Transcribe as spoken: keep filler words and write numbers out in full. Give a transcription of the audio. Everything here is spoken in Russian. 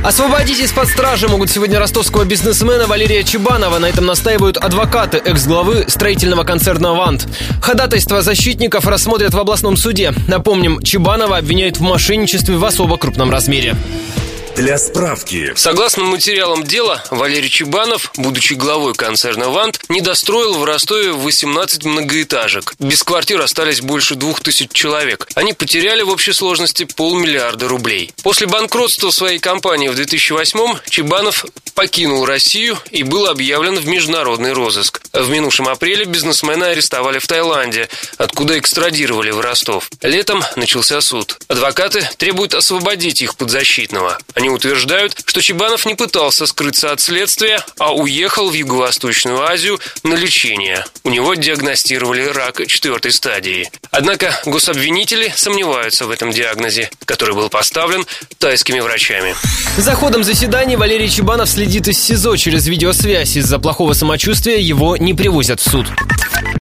Освободить из-под стражи могут сегодня ростовского бизнесмена Валерия Чебанова. На этом настаивают адвокаты экс-главы строительного концерна «Вант». Ходатайство защитников рассмотрят в областном суде. Напомним, Чебанова обвиняют в мошенничестве в особо крупном размере. Для справки. Согласно материалам дела, Валерий Чебанов, будучи главой концерна «Вант», недостроил в Ростове восемнадцать многоэтажек. Без квартир остались больше двух тысяч человек. Они потеряли в общей сложности полмиллиарда рублей. После банкротства своей компании в две тысячи восьмом Чебанов покинул Россию и был объявлен в международный розыск. В минувшем апреле бизнесмена арестовали в Таиланде, откуда экстрадировали в Ростов. Летом начался суд. Адвокаты требуют освободить их подзащитного. Они утверждают, что Чебанов не пытался скрыться от следствия, а уехал в Юго-Восточную Азию на лечение. У него диагностировали рак четвертой стадии. Однако гособвинители сомневаются в этом диагнозе, который был поставлен тайскими врачами. За ходом заседаний Валерий Чебанов следит из СИЗО через видеосвязь. Из-за плохого самочувствия его не привозят в суд.